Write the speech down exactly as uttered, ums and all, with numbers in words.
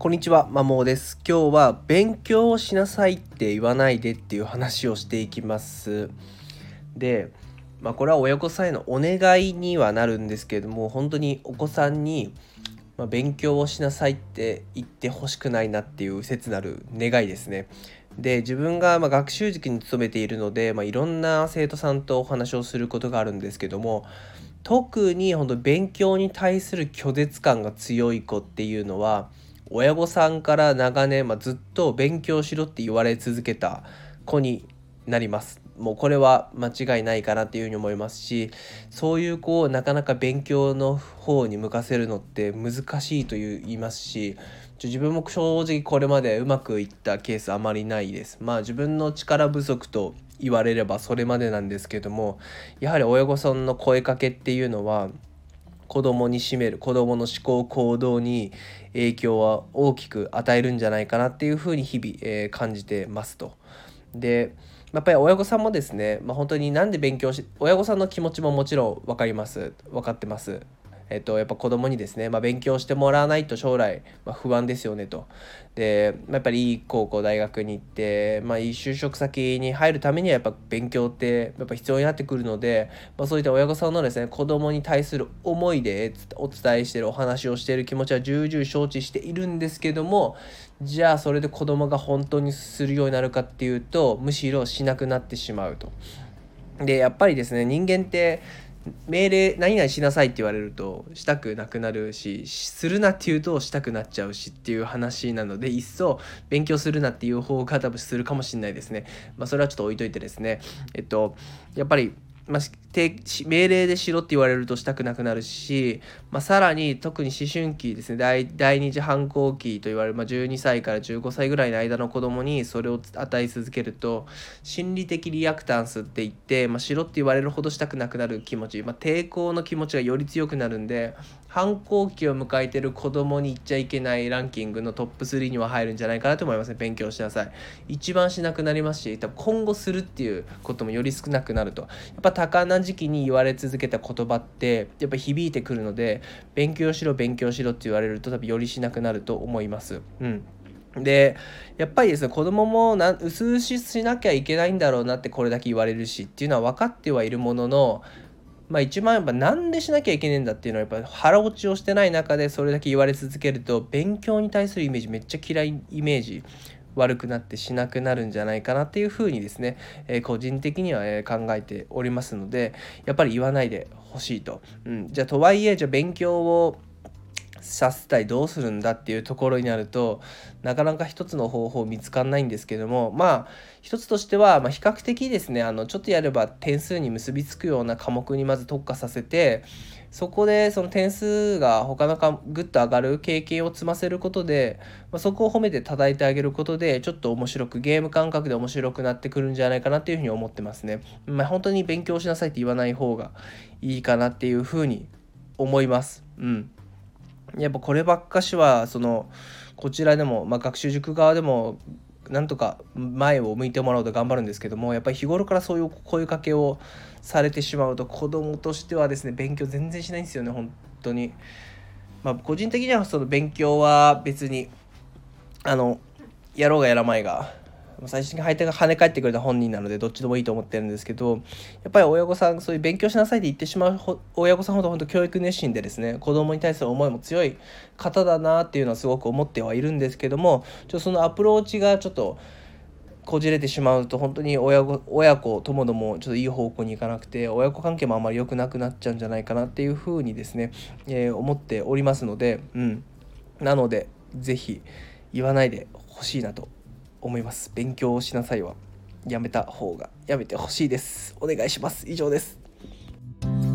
こんにちは、まもです。今日は勉強をしなさいって言わないでっていう話をしていきます。で、まあ、これは親御さんへのお願いにはなるんですけれども、本当にお子さんに、まあ、勉強をしなさいって言ってほしくないなっていう切なる願いですね。で、自分がまあ学習塾に勤めているので、まあ、いろんな生徒さんとお話をすることがあるんですけども、特に本当勉強に対する拒絶感が強い子っていうのは、親御さんから長年、まあ、ずっと勉強しろって言われ続けた子になります。もうこれは間違いないかなっていうふうに思いますし、そういう子をなかなか勉強の方に向かせるのって難しいと言いますし、ちょ自分も正直これまでうまくいったケースあまりないです。まあ自分の力不足と言われればそれまでなんですけども、やはり親御さんの声かけっていうのは子供に占める子供の思考行動に影響は大きく与えるんじゃないかなっていうふうに日々、えー感じてますと。でやっぱり親御さんもですね、まあ、本当になんで勉強し親御さんの気持ちももちろん分かります分かってます。えっと、やっぱ子供にですね、まあ、勉強してもらわないと将来、まあ、不安ですよねと。で、まあ、やっぱりいい高校大学に行って、まあ、いい就職先に入るためにはやっぱ勉強ってやっぱ必要になってくるので、まあ、そういった親御さんのですね子供に対する思いでお伝えしているお話をしている気持ちは重々承知しているんですけども、じゃあそれで子供が本当にするようになるかっていうと、むしろしなくなってしまうと。でやっぱりですね、人間って命令何々しなさいって言われるとしたくなくなるし、するなって言うとしたくなっちゃうしっていう話なので、一層勉強するなっていう方が多分するかもしれないですね。まあそれはちょっと置いといてですね、えっとやっぱりまあ、命令でしろって言われるとしたくなくなるし、まあ、さらに特に思春期ですね、第、第二次反抗期と言われる、まあ、じゅうにさいからじゅうごさいぐらいの間の子供にそれを与え続けると、心理的リアクタンスって言って、まあ、しろって言われるほどしたくなくなる気持ち、まあ、抵抗の気持ちがより強くなるんで、反抗期を迎えてる子供に言っちゃいけないランキングのトップスリーには入るんじゃないかなと思いますね。勉強しなさい。一番しなくなりますし、多分今後するっていうこともより少なくなると。やっぱ多感な時期に言われ続けた言葉ってやっぱ響いてくるので、勉強しろ勉強しろって言われると多分よりしなくなると思います。うんでやっぱりですね、子供もなうすうししなきゃいけないんだろうなってこれだけ言われるしっていうのは分かってはいるものの、まあ一番やっぱなんでしなきゃいけないんだっていうのはやっぱ腹落ちをしてない中でそれだけ言われ続けると、勉強に対するイメージめっちゃ嫌いイメージ悪くなってしなくなるんじゃないかなっていうふうにですね、えー個人的には、えー考えておりますので、やっぱり言わないでほしいと。うん、じゃあとはいえじゃあ勉強をさせたいどうするんだっていうところになると、なかなか一つの方法見つかんないんですけども、まあ一つとしては、まあ、比較的ですね、あのちょっとやれば点数に結びつくような科目にまず特化させて、そこでその点数が他のかぐっと上がる経験を積ませることで、まあ、そこを褒めて叩いてあげることでちょっと面白くゲーム感覚で面白くなってくるんじゃないかなっていうふうに思ってますね。まあ、本当に勉強しなさいって言わない方がいいかなっていうふうに思います。うんやっぱこればっかしはそのこちらでも、まあ、学習塾側でもなんとか前を向いてもらおうと頑張るんですけども、やっぱり日頃からそういう声かけをされてしまうと子供としてはですね、勉強全然しないんですよね本当に。まあ個人的にはその勉強は別にあのやろうがやらまいが最終的に相手が跳ね返ってくれた本人なのでどっちでもいいと思ってるんですけど、やっぱり親御さんそういう勉強しなさいって言ってしまう親御さんほど本当教育熱心でですね、子供に対する思いも強い方だなっていうのはすごく思ってはいるんですけども、ちょっとそのアプローチがちょっとこじれてしまうと本当に親子親子ともどもちょっといい方向に行かなくて、親子関係もあまり良くなくなっちゃうんじゃないかなっていうふうにですね、えー思っておりますので、うんなのでぜひ言わないでほしいなと思います。勉強をしなさいはやめた方がやめてほしいです。お願いします。以上です。